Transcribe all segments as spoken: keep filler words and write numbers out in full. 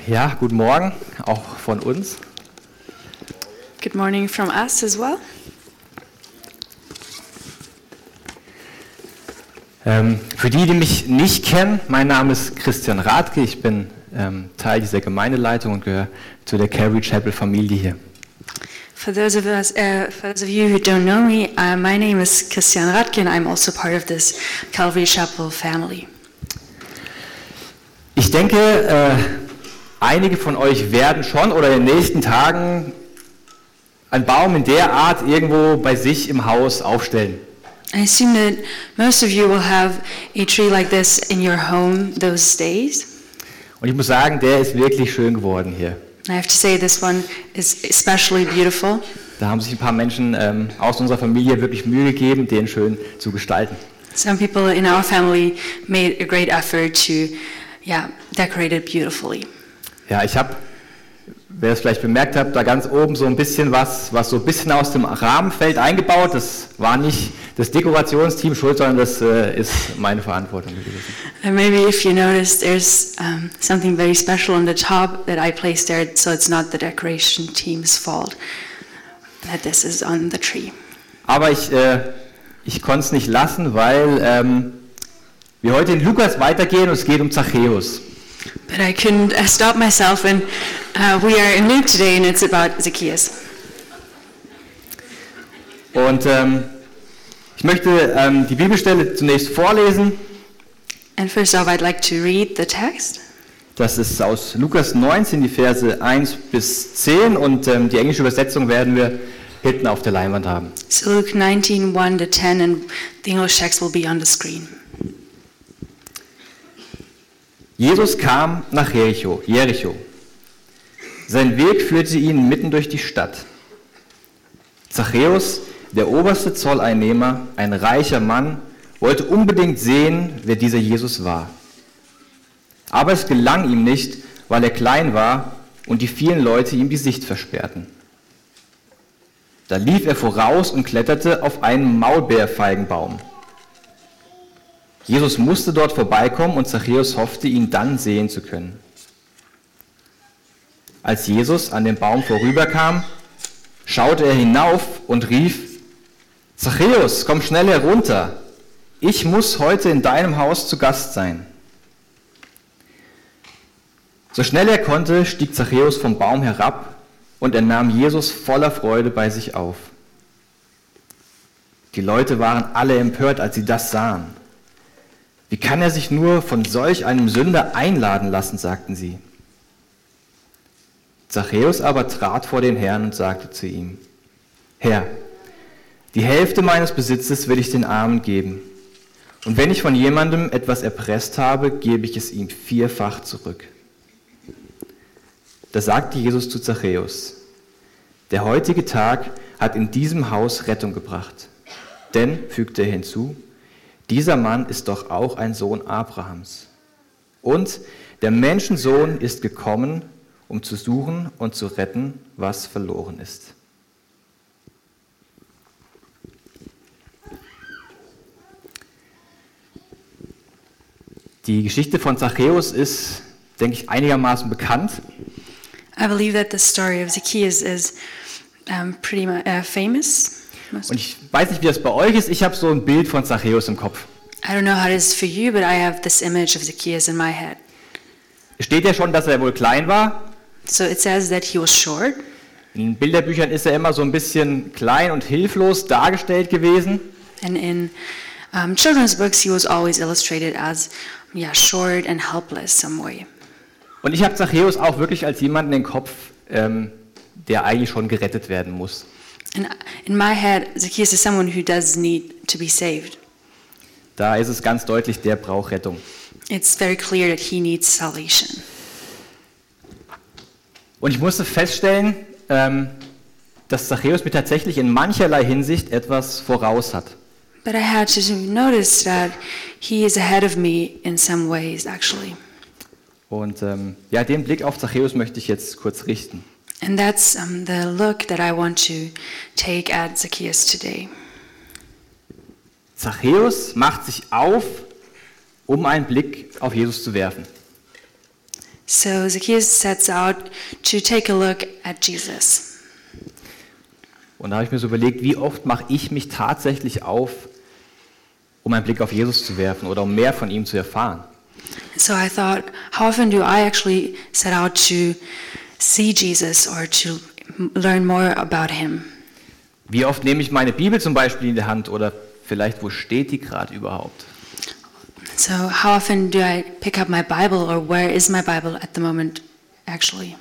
Ja, guten Morgen, auch von uns. Good morning from us as well. Ähm, für die, die mich nicht kennen, mein Name ist Christian Rathke, ich bin ähm, Teil dieser Gemeindeleitung und gehöre zu der Calvary Chapel Familie hier. For those of us, uh, for those of you who don't know me, uh, my name is Christian Rathke and I'm also part of this Calvary Chapel family. Ich denke, äh, einige von euch werden schon oder in den nächsten Tagen einen Baum in der Art irgendwo bei sich im Haus aufstellen. I assume that most of you will have a tree like this in your home those days. Und ich muss sagen, der ist wirklich schön geworden hier. I have to say this one is especially beautiful. Da haben sich ein paar Menschen ähm, aus unserer Familie wirklich Mühe gegeben, den schön zu gestalten. Some people in our family made a great effort to, yeah, decorate it beautifully. Ja, ich habe, wer es vielleicht bemerkt hat, da ganz oben so ein bisschen was, was so ein bisschen aus dem Rahmen fällt, eingebaut. Das war nicht das Dekorationsteam schuld, sondern das äh, ist meine Verantwortung gewesen. And maybe if you notice, there's um, something very special on the top that I placed there, so it's not the decoration team's fault that this is on the tree. Aber ich, äh, ich konnte es nicht lassen, weil ähm, wir heute in Lukas weitergehen und es geht um Zachäus. But I couldn't uh, stop myself, and uh, we are in Luke today, and it's about Zacchaeus. Und ähm, ich möchte ähm, die Bibelstelle zunächst vorlesen. And first off, I'd like to read the text. Das ist aus Lukas neunzehn, die Verse eins bis zehn, und ähm, die englische Übersetzung werden wir hinten auf der Leinwand haben. So Luke nineteen, one to ten, and the English text will be on the screen. Jesus kam nach Jericho, Jericho. Sein Weg führte ihn mitten durch die Stadt. Zachäus, der oberste Zolleinnehmer, ein reicher Mann, wollte unbedingt sehen, wer dieser Jesus war. Aber es gelang ihm nicht, weil er klein war und die vielen Leute ihm die Sicht versperrten. Da lief er voraus und kletterte auf einen Maulbeerfeigenbaum. Jesus musste dort vorbeikommen und Zachäus hoffte, ihn dann sehen zu können. Als Jesus an dem Baum vorüberkam, schaute er hinauf und rief: Zachäus, komm schnell herunter, ich muss heute in deinem Haus zu Gast sein. So schnell er konnte, stieg Zachäus vom Baum herab und er nahm Jesus voller Freude bei sich auf. Die Leute waren alle empört, als sie das sahen. Wie kann er sich nur von solch einem Sünder einladen lassen, sagten sie. Zachäus aber trat vor den Herrn und sagte zu ihm: Herr, die Hälfte meines Besitzes will ich den Armen geben. Und wenn ich von jemandem etwas erpresst habe, gebe ich es ihm vierfach zurück. Da sagte Jesus zu Zachäus: Der heutige Tag hat in diesem Haus Rettung gebracht. Denn, fügte er hinzu, dieser Mann ist doch auch ein Sohn Abrahams. Und der Menschensohn ist gekommen, um zu suchen und zu retten, was verloren ist. Die Geschichte von Zachäus ist, denke ich, einigermaßen bekannt. I believe that the story of Zacchaeus is um, pretty mu- uh, famous. Und ich weiß nicht, wie das bei euch ist, ich habe so ein Bild von Zachäus im Kopf. I don't know how it is for you, but I have this image of Zacchaeus in my head. Es steht ja schon, dass er wohl klein war. So it says that he was short. In Bilderbüchern ist er immer so ein bisschen klein und hilflos dargestellt gewesen. And in um, children's books, he was always illustrated as, yeah, short and helpless some way. Und ich habe Zachäus auch wirklich als jemanden im Kopf, ähm, der eigentlich schon gerettet werden muss. And in my head, Zacchaeus is someone who does need to be saved. Da ist es ganz deutlich, der braucht Rettung. It's very clear that he needs salvation. Und ich musste feststellen, ähm, dass Zachäus mir tatsächlich in mancherlei Hinsicht etwas voraus hat. But I had to notice that he is ahead of me in some ways, actually. Und ähm, ja, den Blick auf Zachäus möchte ich jetzt kurz richten. And that's um, the look that I want to take at Zacchaeus today. Zachäus macht sich auf, um einen Blick auf Jesus zu werfen. So Zacchaeus sets out to take a look at Jesus. Und da habe ich mir so überlegt, wie oft mache ich mich tatsächlich auf, um einen Blick auf Jesus zu werfen oder um mehr von ihm zu erfahren. So I thought, how often do I actually set out to see Jesus or to learn more about him? Wie oft nehme ich meine Bibel zum Beispiel in die Hand oder vielleicht, wo steht die gerade überhaupt? So how often do I pick up my Bible, or where is my Bible at the moment actually?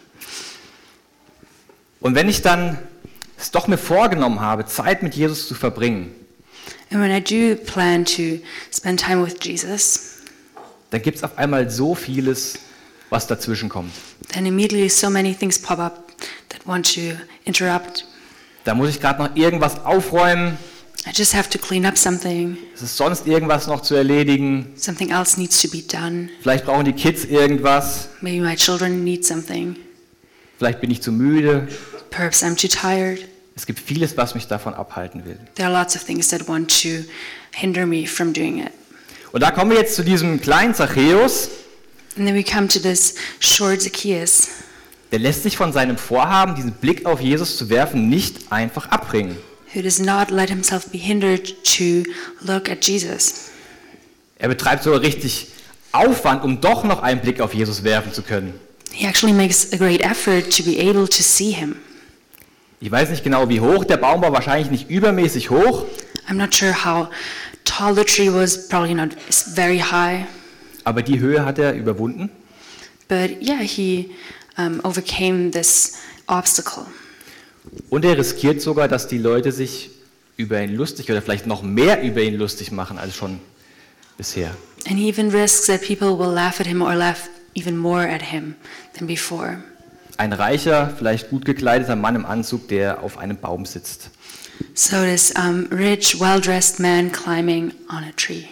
Und wenn ich dann es doch mir vorgenommen habe, Zeit mit Jesus zu verbringen, And when I do plan to spend time with Jesus, dann gibt es auf einmal so vieles, was dazwischen kommt. then immediately so many things pop up that want to interrupt. Da muss ich gerade noch irgendwas aufräumen, I just have to clean up something. es ist sonst irgendwas noch zu erledigen, Something else needs to be done. vielleicht brauchen die Kids irgendwas, Maybe my children need something. vielleicht bin ich zu müde. Perhaps I'm too tired. Es gibt vieles, was mich davon abhalten will. There are lots of things that want to hinder me from doing it. Und da kommen wir jetzt zu diesem kleinen Zachäus, And then we come to this short Zacchaeus. der lässt sich von seinem Vorhaben, diesen Blick auf Jesus zu werfen, nicht einfach abbringen. Who does not let himself be hindered to look at Jesus. Er betreibt sogar richtig Aufwand, um doch noch einen Blick auf Jesus werfen zu können. He actually makes a great effort to be able to see him. Ich weiß nicht genau, wie hoch der Baum war, wahrscheinlich nicht übermäßig hoch, I'm not sure how tall the tree was, probably not very high. aber die Höhe hat er überwunden. But yeah, he um, overcame this obstacle. Und er riskiert sogar, dass die Leute sich über ihn lustig oder vielleicht noch mehr über ihn lustig machen als schon bisher. And he even risks that people will laugh at him or laugh even more at him than before. Ein reicher, vielleicht gut gekleideter Mann im Anzug, der auf einem Baum sitzt. So this um, rich, well-dressed man climbing on a tree.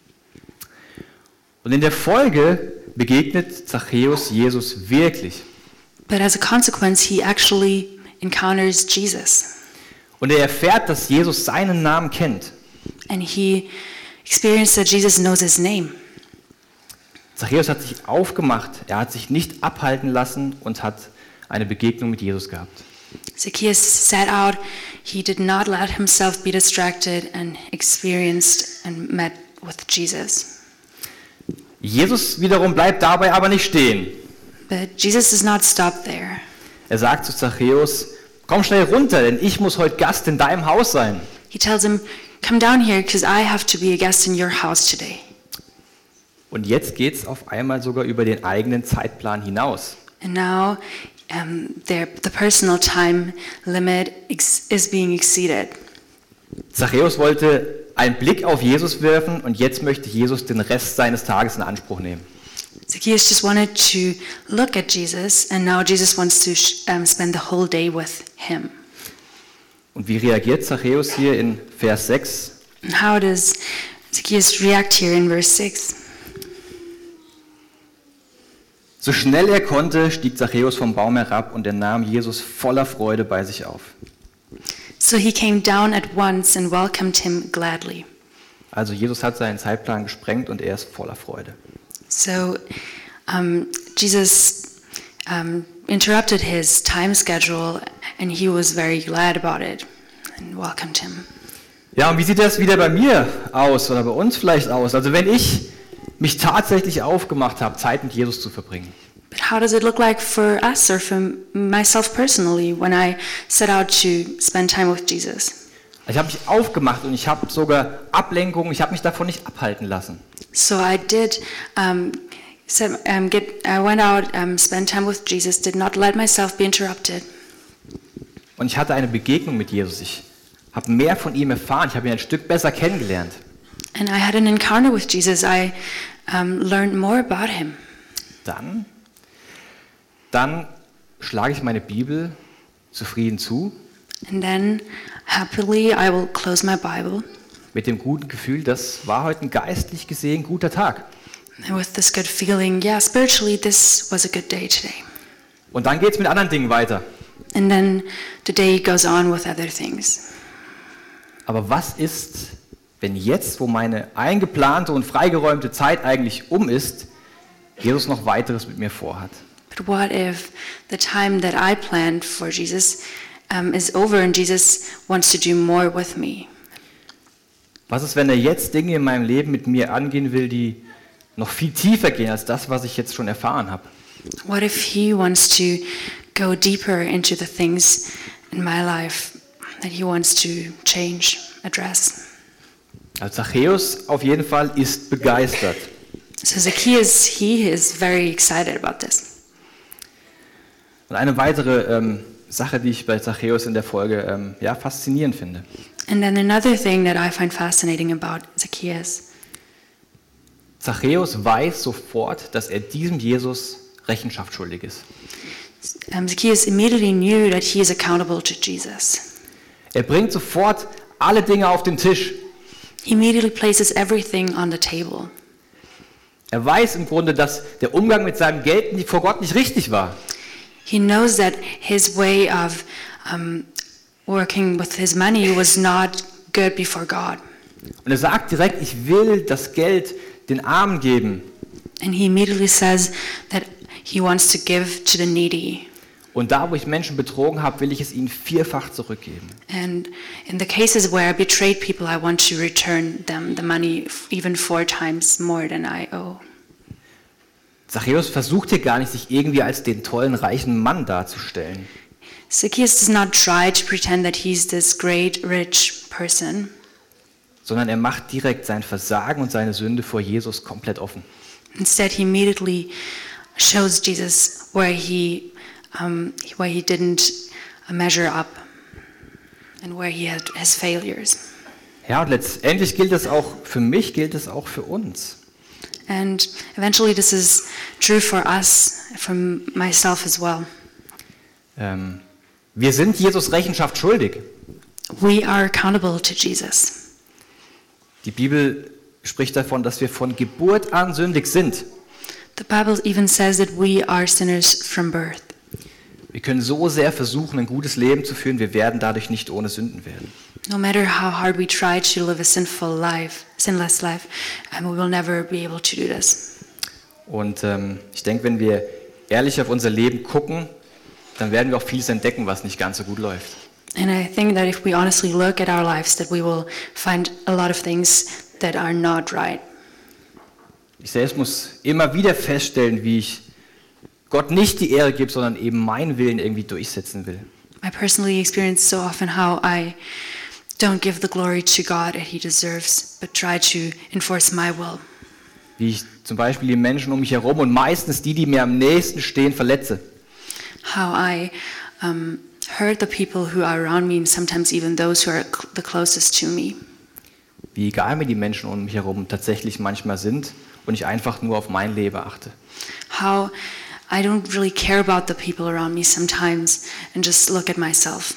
Und in der Folge begegnet Zachäus Jesus wirklich. But as a consequence, he actually encounters Jesus. Und er erfährt, dass Jesus seinen Namen kennt. And he experienced that Jesus knows his name. Zachäus hat sich aufgemacht, er hat sich nicht abhalten lassen und hat eine Begegnung mit Jesus gehabt. Zacchaeus set out. He did not let himself be distracted and experienced and met with Jesus. Jesus wiederum bleibt dabei aber nicht stehen. But Jesus does not stop there. Er sagt zu Zachäus, komm schnell runter, denn ich muss heute Gast in deinem Haus sein. He tells him, come down here because I have to be a guest in your house today. Und jetzt geht es auf einmal sogar über den eigenen Zeitplan hinaus. And now um, their, the personal time limit ex- is being exceeded. Zachäus wollte einen Blick auf Jesus werfen und jetzt möchte Jesus den Rest seines Tages in Anspruch nehmen. Zacchaeus just wanted to look at Jesus, and now Jesus wants to sh- um, spend the whole day with him. Und wie reagiert Zachäus hier in Vers sechs? And how does Zacchaeus react here in verse six? So schnell er konnte, stieg Zachäus vom Baum herab und er nahm Jesus voller Freude bei sich auf. So he came down at once and welcomed him gladly. Also Jesus hat seinen Zeitplan gesprengt und er ist voller Freude. So um, Jesus um, interrupted his time schedule, and he was very glad about it and welcomed him. Ja, und wie sieht das wieder bei mir aus oder bei uns vielleicht aus? Also wenn ich mich tatsächlich aufgemacht habe, Zeit mit Jesus zu verbringen. But how does it look like for us or for myself personally when I set out to spend time with Jesus? Ich habe mich aufgemacht und ich habe sogar Ablenkungen, ich habe mich davon nicht abhalten lassen. So I did um, set, um, get, I went out, um, spend time with Jesus, did not let myself be interrupted. Und ich hatte eine Begegnung mit Jesus. Ich habe mehr von ihm erfahren, ich habe ihn ein Stück besser kennengelernt. And I had an encounter with Jesus. I um, learned more about him. Dann, dann schlage ich meine Bibel zufrieden zu. And then happily I will close my Bible. Mit dem guten Gefühl, das war heute ein geistlich gesehen guter Tag. And with this good feeling, yeah, spiritually this was a good day today. Und dann geht es mit anderen Dingen weiter. And then the day goes on with other things. Aber was ist, wenn jetzt, wo meine eingeplante und freigeräumte Zeit eigentlich um ist, Jesus noch weiteres mit mir vorhat? But what if the time that I planned for Jesus um, is over and Jesus wants to do more with me? Was ist, wenn er jetzt Dinge in meinem Leben mit mir angehen will, die noch viel tiefer gehen als das, was ich jetzt schon erfahren habe? What if he wants to go deeper into the things in my life that he wants to change, address? Also Zachäus auf jeden Fall ist begeistert. So Zacchaeus, he is very excited about this. Und eine weitere ähm, Sache, die ich bei Zachäus in der Folge ähm, ja, faszinierend finde. And then another thing that I find fascinating about Zacchaeus. Zachäus weiß sofort, dass er diesem Jesus Rechenschaft schuldig ist. Um, Zacchaeus immediately knew that he is accountable to Jesus. Er bringt sofort alle Dinge auf den Tisch. He immediately places everything on the table. Er weiß im Grunde, dass der Umgang mit seinem Geld nicht- vor Gott nicht richtig war. He knows that his way of um, working with his money was not good before God. Und er sagt direkt, ich will das Geld den Armen geben. And he immediately says that he wants to give to the needy. Und da, wo ich Menschen betrogen habe, will ich es ihnen vierfach zurückgeben. And in the cases where I betrayed people, I want to return them the money f- even four times more than I owe. Zachäus versucht hier gar nicht, sich irgendwie als den tollen, reichen Mann darzustellen. Zacchaeus does not try to pretend that he's this great, rich person, Sondern er macht direkt sein Versagen und seine Sünde vor Jesus komplett offen. instead he immediately shows Jesus where he, um, where he didn't measure up and where he had his failures. Ja, und letztendlich gilt es auch für mich, gilt es auch für uns. And eventually this is true for us, for myself as well. Ähm, wir sind Jesus Rechenschaft schuldig. We are accountable to Jesus. Die Bibel spricht davon, dass wir von Geburt an sündig sind. The Bible even says that we are sinners from birth. Wir können so sehr versuchen, ein gutes Leben zu führen, wir werden dadurch nicht ohne Sünden werden. No matter how hard we try to live a sinful life, sinless life, um, we will never be able to do this. Und ähm, ich denke, wenn wir ehrlich auf unser Leben gucken, dann werden wir auch vieles entdecken, was nicht ganz so gut läuft. And I think that if we honestly look at our lives, that we will find a lot of things that are not right. Ich selbst muss immer wieder feststellen, wie ich Gott nicht die Ehre gebe, sondern eben meinen Willen irgendwie durchsetzen will. I personally experience so often how I don't give the glory to God that He deserves, but try to enforce my will. Wie ich zum Beispiel die Menschen um mich herum und meistens die, die mir am nächsten stehen, verletze. How I um, hurt the people who are around me, and sometimes even those who are cl- the closest to me. Wie egal mir die Menschen um mich herum tatsächlich manchmal sind und ich einfach nur auf mein Leben achte. How I don't really care about the people around me sometimes and just look at myself.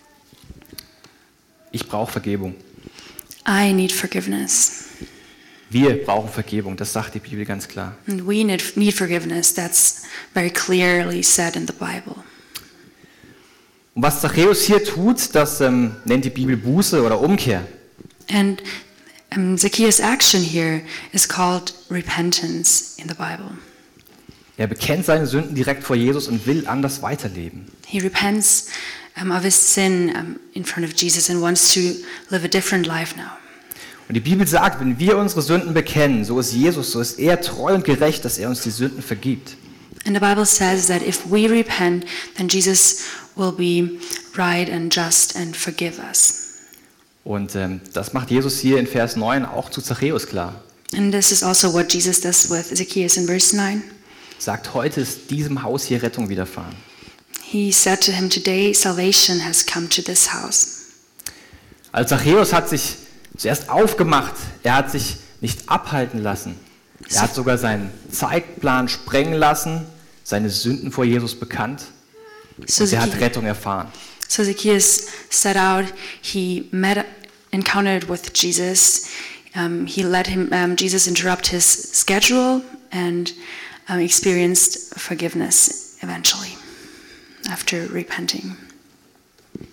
Ich brauche Vergebung. I need forgiveness. Wir brauchen Vergebung, das sagt die Bibel ganz klar. And we need, need forgiveness. That's very clearly said in the Bible. Und was Zachäus hier tut, das ähm, nennt die Bibel Buße oder Umkehr. And um, Zacchaeus' action here is called repentance in the Bible. Er bekennt seine Sünden direkt vor Jesus und will anders weiterleben. He repents um, of his sin um, in front of Jesus and wants to live a different life now. Und die Bibel sagt, wenn wir unsere Sünden bekennen, so ist Jesus, so ist er treu und gerecht, dass er uns die Sünden vergibt. And the Bible says that if we repent, then Jesus will be right and just and forgive us. Und ähm, das macht Jesus hier in Vers neun auch zu Zachäus klar. And this is also what Jesus does with Zacchaeus in verse nine. Sagt, heute ist diesem Haus hier Rettung widerfahren. He said to him, "Today salvation has come to this house." Also Zachäus hat sich zuerst aufgemacht, er hat sich nicht abhalten lassen. Er hat sogar seinen Zeitplan sprengen lassen, seine Sünden vor Jesus bekannt So und er hat Zacchaeus, Rettung erfahren. so Zacchaeus set out. He met, encountered with Jesus. Um, he let him, um, Jesus interrupt his schedule and um, experienced forgiveness eventually after repenting.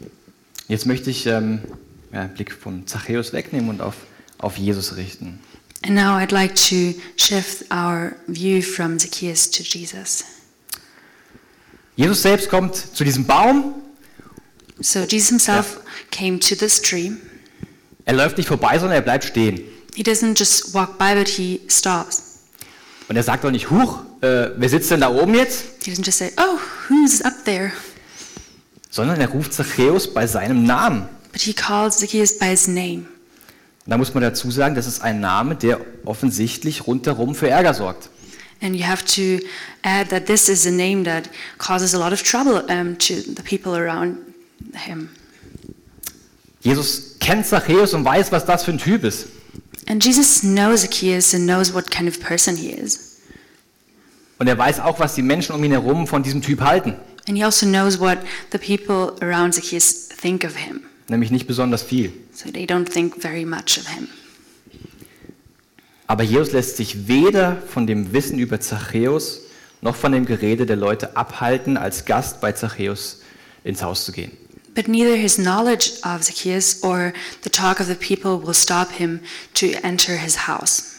Jetzt möchte ich ähm, ja, einen Blick von Zachäus wegnehmen und auf, auf Jesus richten. And now I'd like to shift our view from Zacchaeus to Jesus. Jesus selbst kommt zu diesem Baum. So Jesus himself came to this tree. Er läuft nicht vorbei, sondern er bleibt stehen. He doesn't just walk by, but he stops. Und er sagt doch nicht, huch, äh, wer sitzt denn da oben jetzt? He doesn't just say, oh, who's up there? Sondern er ruft Zachäus bei seinem Namen. But he calls Zacchaeus by his name. Und da muss man dazu sagen, das ist ein Name, der offensichtlich rundherum für Ärger sorgt. And you have to add that this is a name that causes a lot of trouble um, to the people around him. Jesus kennt Zachäus und weiß, was das für ein Typ ist. And Jesus knows Zacchaeus and knows what kind of person he is. Und er weiß auch, was die Menschen um ihn herum von diesem Typ halten. And he also knows what the people around Zacchaeus think of him. Nämlich nicht besonders viel. So they don't think very much of him. Aber Jesus lässt sich weder von dem Wissen über Zachäus noch von dem Gerede der Leute abhalten, als Gast bei Zachäus ins Haus zu gehen. But neither his knowledge of Zacchaeus or the talk of the people will stop him to enter his house.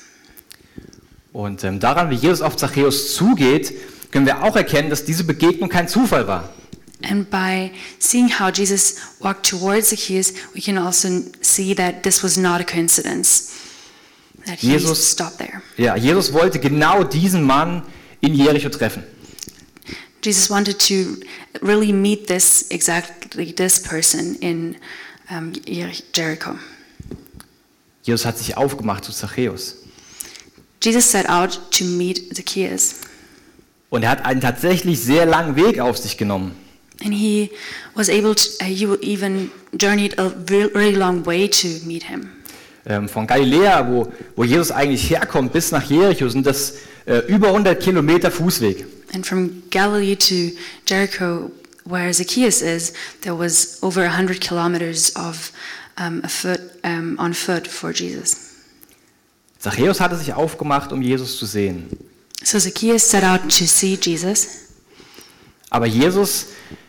Und ähm, daran, wie Jesus auf Zachäus zugeht, können wir auch erkennen, dass diese Begegnung kein Zufall war. And by seeing how Jesus walked towards Zacchaeus, we can also see that this was not a coincidence, that he Jesus, stopped there. Ja, Jesus wollte genau diesen Mann in Jericho treffen. Jesus wanted to really meet this, exactly this person in um, Jericho. Jesus hat sich aufgemacht zu Zachäus. Jesus set out to meet Zacchaeus. Und er hat einen tatsächlich sehr langen Weg auf sich genommen. And he was able to, uh, he even journeyed a really long way to meet him. Ähm, von Galiläa, wo, wo Jesus eigentlich herkommt, bis nach Jericho sind das äh, über hundert Kilometer Fußweg. And from Galilee to Jericho, where Zacchaeus is, there was over one hundred kilometers of um, a foot, um, on foot for Jesus. Zachäus hatte sich aufgemacht, um Jesus zu sehen. So Zacchaeus set out to see Jesus. Aber Jesus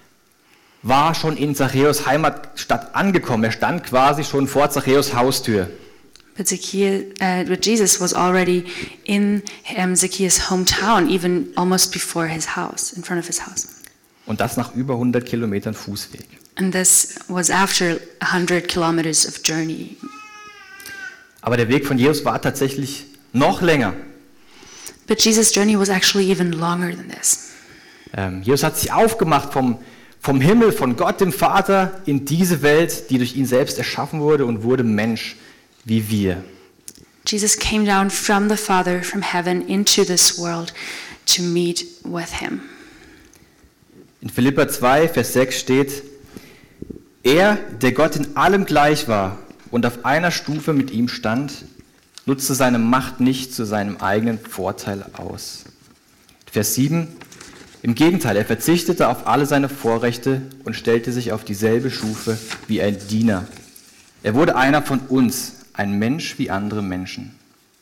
war schon in Zachäus Heimatstadt angekommen. Er stand quasi schon vor Zachäus Haustür. But Zacchaeus, uh, but Jesus was already in um, Zacchaeus' hometown, even almost before his house, in front of his house. Und das nach über hundert Kilometern Fußweg. And this was after one hundred kilometers of journey. Aber der Weg von Jesus war tatsächlich noch länger. But Jesus' journey was actually even longer than this. Ähm, Jesus hat sich aufgemacht vom, vom Himmel, von Gott, dem Vater, in diese Welt, die durch ihn selbst erschaffen wurde und wurde Mensch wie wir. Jesus came down from the Father, from heaven, into this world to meet with him. In Philipper zwei, Vers sechs steht, er, der Gott in allem gleich war und auf einer Stufe mit ihm stand, nutzte seine Macht nicht zu seinem eigenen Vorteil aus. Vers sieben, im Gegenteil, er verzichtete auf alle seine Vorrechte und stellte sich auf dieselbe Stufe wie ein Diener. Er wurde einer von uns, ein Mensch wie andere Menschen.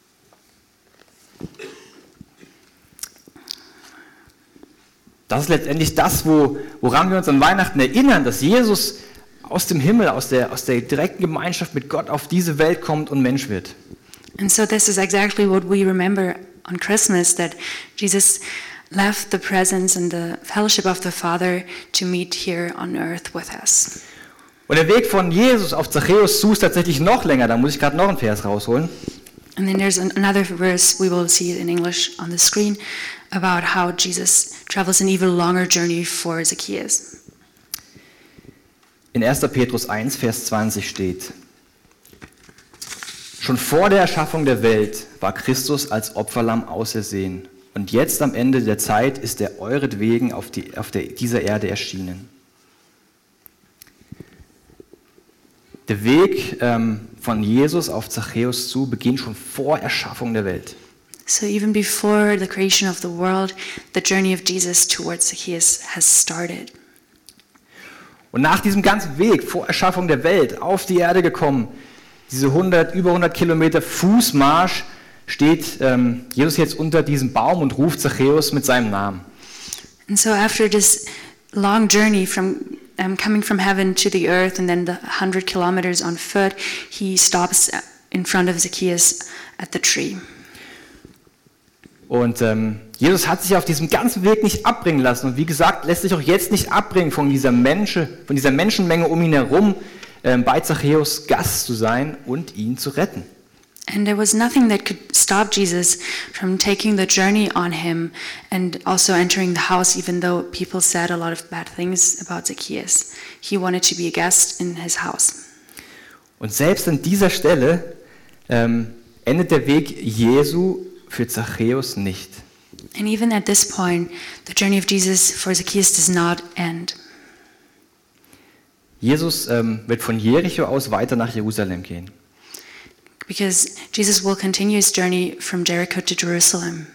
Das ist letztendlich das, wo, woran wir uns an Weihnachten erinnern, dass Jesus aus dem Himmel, aus der, aus der direkten Gemeinschaft mit Gott auf diese Welt kommt und Mensch wird. And so this is exactly what we remember on Christmas, that Jesus left the presence and the fellowship of the Father to meet here on earth with us. Und der Weg von Jesus auf Zachäus zu ist tatsächlich noch länger, da muss ich gerade noch einen Vers rausholen. And then there's an, another verse, we will see it in English on the screen, about how Jesus travels an even longer journey for Zacchaeus. In erster Petrus eins, Vers zwanzig steht, schon vor der Erschaffung der Welt war Christus als Opferlamm ausersehen und jetzt am Ende der Zeit ist er euretwegen auf, die, auf der, dieser Erde erschienen. Der Weg ähm, von Jesus auf Zachäus zu beginnt schon vor Erschaffung der Welt. So even before the creation of the world, the journey of Jesus towards Zacchaeus has started. Und nach diesem ganzen Weg, vor Erschaffung der Welt, auf die Erde gekommen, diese hundert, über hundert Kilometer Fußmarsch, steht ähm, Jesus jetzt unter diesem Baum und ruft Zachäus mit seinem Namen. And so after this long journey from um, coming from heaven to the earth and then the hundred kilometers on foot, he stops in front of Zacchaeus at the tree. Und ähm, Jesus hat sich auf diesem ganzen Weg nicht abbringen lassen. Und wie gesagt, lässt sich auch jetzt nicht abbringen von dieser, Menschen, von dieser Menschenmenge um ihn herum, ähm, bei Zachäus Gast zu sein und ihn zu retten. And there was nothing that could stop Jesus from taking the journey on him and also entering the house, even though people said a lot of bad things about Zacchaeus. He wanted to be a guest in his house. Und selbst an dieser Stelle ähm, endet der Weg Jesu für Zachäus nicht. And even at this point, the journey of Jesus for Zacchaeus does not end. Jesus ähm, wird von Jericho aus weiter nach Jerusalem gehen. Because Jesus will continue his journey from Jericho to Jerusalem.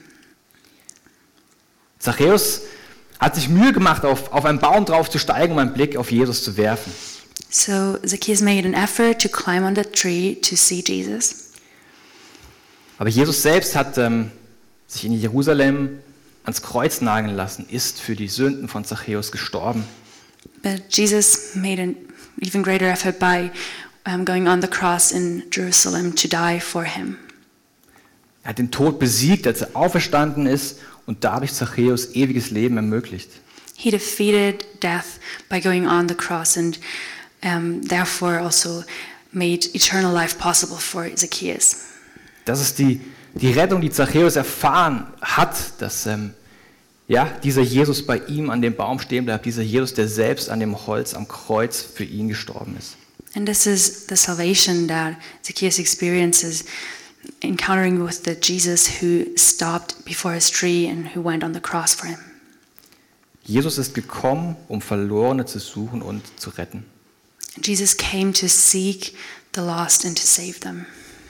Zachäus hat sich Mühe gemacht, auf, auf einen Baum drauf zu steigen, um einen Blick auf Jesus zu werfen. So Zacchaeus made an effort to climb on the tree to see Jesus. Aber Jesus selbst hat ähm, sich in Jerusalem ans Kreuz nageln lassen, ist für die Sünden von Zachäus gestorben. But Jesus made an even greater effort by um, going on the cross in Jerusalem to die for him. Er hat den Tod besiegt, als er auferstanden ist und dadurch Zachäus ewiges Leben ermöglicht. He defeated death by going on the cross and um, therefore also made eternal life possible for Zacchaeus. Das ist die, die Rettung, die Zachäus erfahren hat, dass ähm, ja, dieser Jesus bei ihm an dem Baum stehen bleibt, dieser Jesus, der selbst an dem Holz am Kreuz für ihn gestorben ist. And this is the salvation that Zacchaeus experiences, encountering with the Jesus who stopped before his tree and who went on the cross for him. Jesus ist gekommen, um Verlorene zu suchen und zu retten. Jesus came to seek the lost and to save them.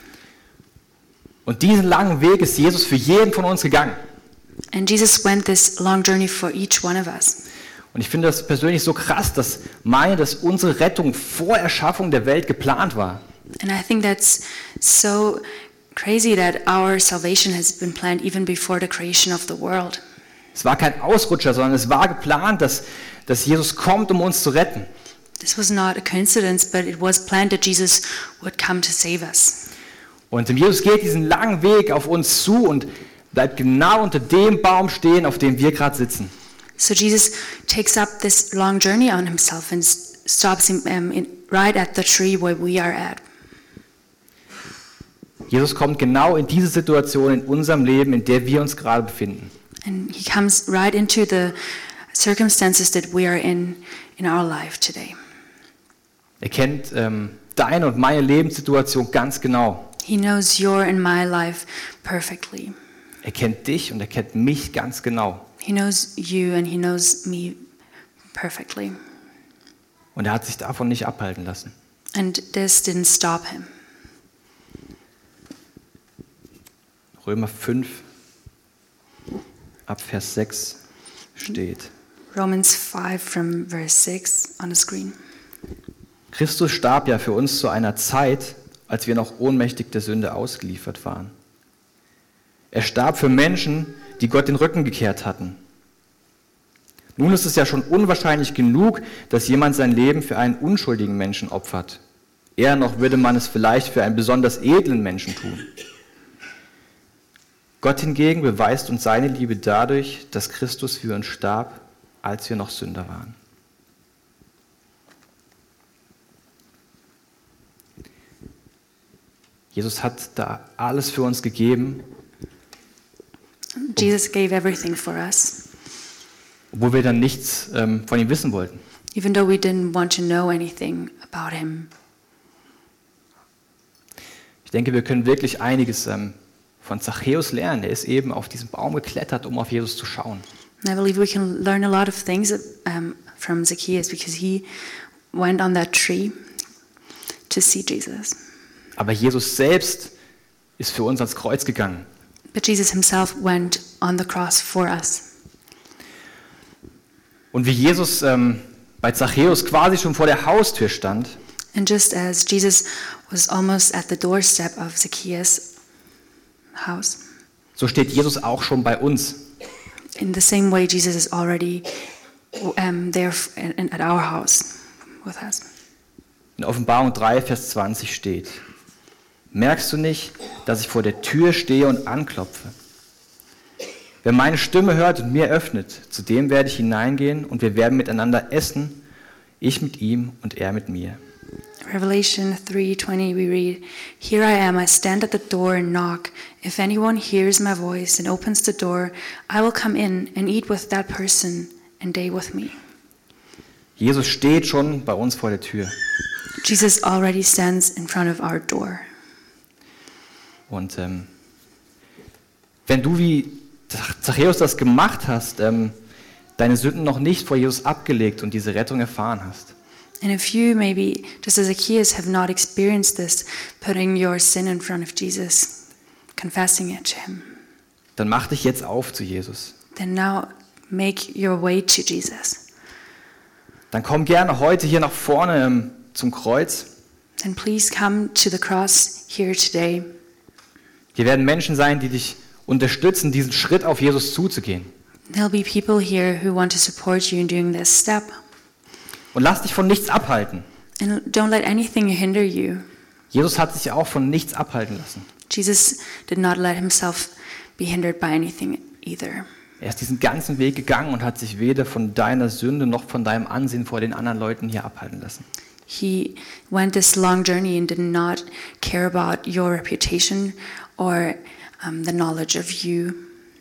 Und diesen langen Weg ist Jesus für jeden von uns gegangen. And Jesus went this long journey for each one of us. Und ich finde das persönlich so krass, dass meine, dass unsere Rettung vor Erschaffung der Welt geplant war. And I think that's so crazy that our salvation has been planned even before the creation of the world. Es war kein Ausrutscher, sondern es war geplant, dass, dass Jesus kommt, um uns zu retten. This was not a coincidence, but it was planned that Jesus would come to save us. Und Jesus geht diesen langen Weg auf uns zu und bleibt genau unter dem Baum stehen, auf dem wir gerade sitzen. So Jesus takes up this long journey on himself and stops him um, in, right at the tree where we are at. Jesus kommt genau in diese Situation in unserem Leben, in der wir uns gerade befinden. And he comes right into the circumstances that we are in in our life today. Er kennt ähm, deine und meine Lebenssituation ganz genau. He knows your and my life perfectly. Er kennt dich und er kennt mich ganz genau. He knows you and he knows me perfectly. Und er hat sich davon nicht abhalten lassen. And this didn't stop him. Römer fünf, ab Vers sechs steht: Romans five from verse six on the screen. Christus starb ja für uns zu einer Zeit, als wir noch ohnmächtig der Sünde ausgeliefert waren. Er starb für Menschen, die Gott den Rücken gekehrt hatten. Nun ist es ja schon unwahrscheinlich genug, dass jemand sein Leben für einen unschuldigen Menschen opfert. Eher noch würde man es vielleicht für einen besonders edlen Menschen tun. Gott hingegen beweist uns seine Liebe dadurch, dass Christus für uns starb, als wir noch Sünder waren. Jesus hat da alles für uns gegeben, Jesus gave everything for us, obwohl wir dann nichts ähm, von ihm wissen wollten. even though we didn't want to know anything about him. Ich denke, wir können wirklich einiges ähm, von Zachäus lernen. Er ist eben auf diesen Baum geklettert, um auf Jesus zu schauen. And I believe we can learn a lot of things um, from Zacchaeus because he went on that tree to see Jesus. Aber Jesus selbst ist für uns ans Kreuz gegangen. But Jesus himself went on the cross for us. Und wie Jesus ähm, bei Zachäus quasi schon vor der Haustür stand, And just as Jesus was almost at the doorstep of Zacchaeus' house, so steht Jesus auch schon bei uns. in the same way Jesus is already um, there f- in- at our house with us. In Offenbarung drei, Vers zwanzig steht: Merkst du nicht, dass ich vor der Tür stehe und anklopfe? Wer meine Stimme hört und mir öffnet, zu dem werde ich hineingehen und wir werden miteinander essen, ich mit ihm und er mit mir. Revelation three twenty we read, "Here I am, I stand at the door and knock. If anyone hears my voice and opens the door, I will come in and eat with that person and they with me." Jesus steht schon bei uns vor der Tür. Jesus already stands in front of our door. Und ähm, wenn du wie Zachäus das gemacht hast, ähm, deine Sünden noch nicht vor Jesus abgelegt und diese Rettung erfahren hast, And if you maybe, just as Zacchaeus, have not experienced this, putting your sin in front of Jesus, confessing it to him, dann mach dich jetzt auf zu Jesus. then now make your way to Jesus. Dann komm gerne heute hier nach vorne ähm, zum Kreuz. Then please come to the cross here today. Hier werden Menschen sein, die dich unterstützen, diesen Schritt auf Jesus zuzugehen. There'll be people here who want to support you in doing this step. Und lass dich von nichts abhalten. And don't let anything hinder you. Jesus hat sich auch von nichts abhalten lassen. Jesus did not let himself be hindered by anything either. Er ist diesen ganzen Weg gegangen und hat sich weder von deiner Sünde noch von deinem Ansehen vor den anderen Leuten hier abhalten lassen. He went this long journey and did not care about your reputation or um, the knowledge of you.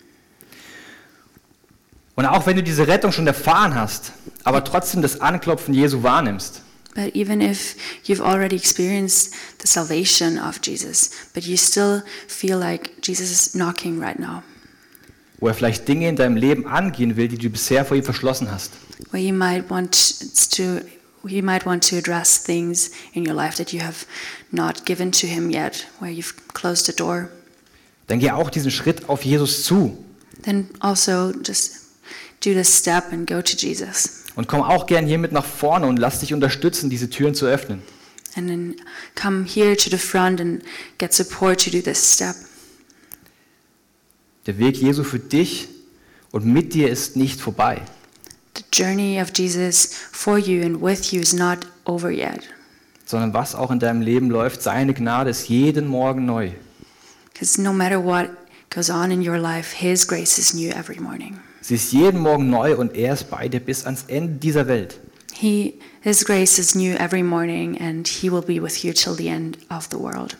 Und auch wenn du diese Rettung schon erfahren hast, aber trotzdem das Anklopfen Jesu wahrnimmst, But even if you've already experienced the salvation of Jesus, but you still feel like Jesus is knocking right now, wo er vielleicht Dinge in deinem Leben angehen will, die du bisher vor ihm verschlossen hast, where you might want to, you might want to address things in your life that you have not given to him yet, where you've closed the door, dann geh auch diesen Schritt auf Jesus zu then also just do this step and go to Jesus. und komm auch gern hier mit nach vorne und lass dich unterstützen, diese Türen zu öffnen. And then come here to the front and get support to do this step. Der Weg Jesu für dich und mit dir ist nicht vorbei. The journey of Jesus for you and with you is not over yet. Sondern was auch in deinem Leben läuft, seine Gnade ist jeden Morgen neu. Because no matter what goes on in your life, his grace is new every morning. Sie ist jeden Morgen neu und er ist bei dir bis ans Ende dieser Welt. He, his grace is new every morning and he will be with you till the end of the world.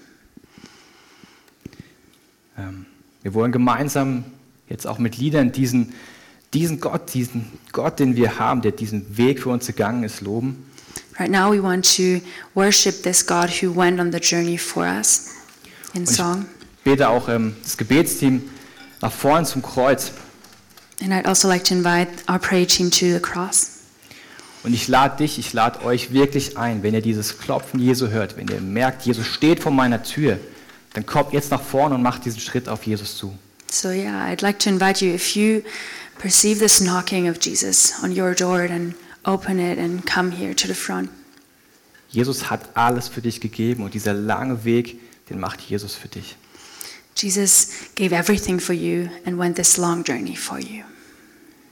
Ähm, wir wollen gemeinsam jetzt auch mit Liedern diesen, diesen Gott, diesen Gott, den wir haben, der diesen Weg für uns gegangen ist, loben. Right now we want to worship this God who went on the journey for us in Und ich song. bete auch ähm, das Gebetsteam nach vorne zum Kreuz. And I'd also like to invite our prayer team to the cross. Und ich lade dich, ich lade euch wirklich ein, wenn ihr dieses Klopfen Jesu hört, wenn ihr merkt, Jesus steht vor meiner Tür, dann kommt jetzt nach vorne und macht diesen Schritt auf Jesus zu. So yeah, I'd like to invite you, if you perceive this knocking of Jesus on your door, then open it and come here to the front. Jesus hat alles für dich gegeben und dieser lange Weg, den macht Jesus für dich. Jesus gave everything for you and went this long journey for you.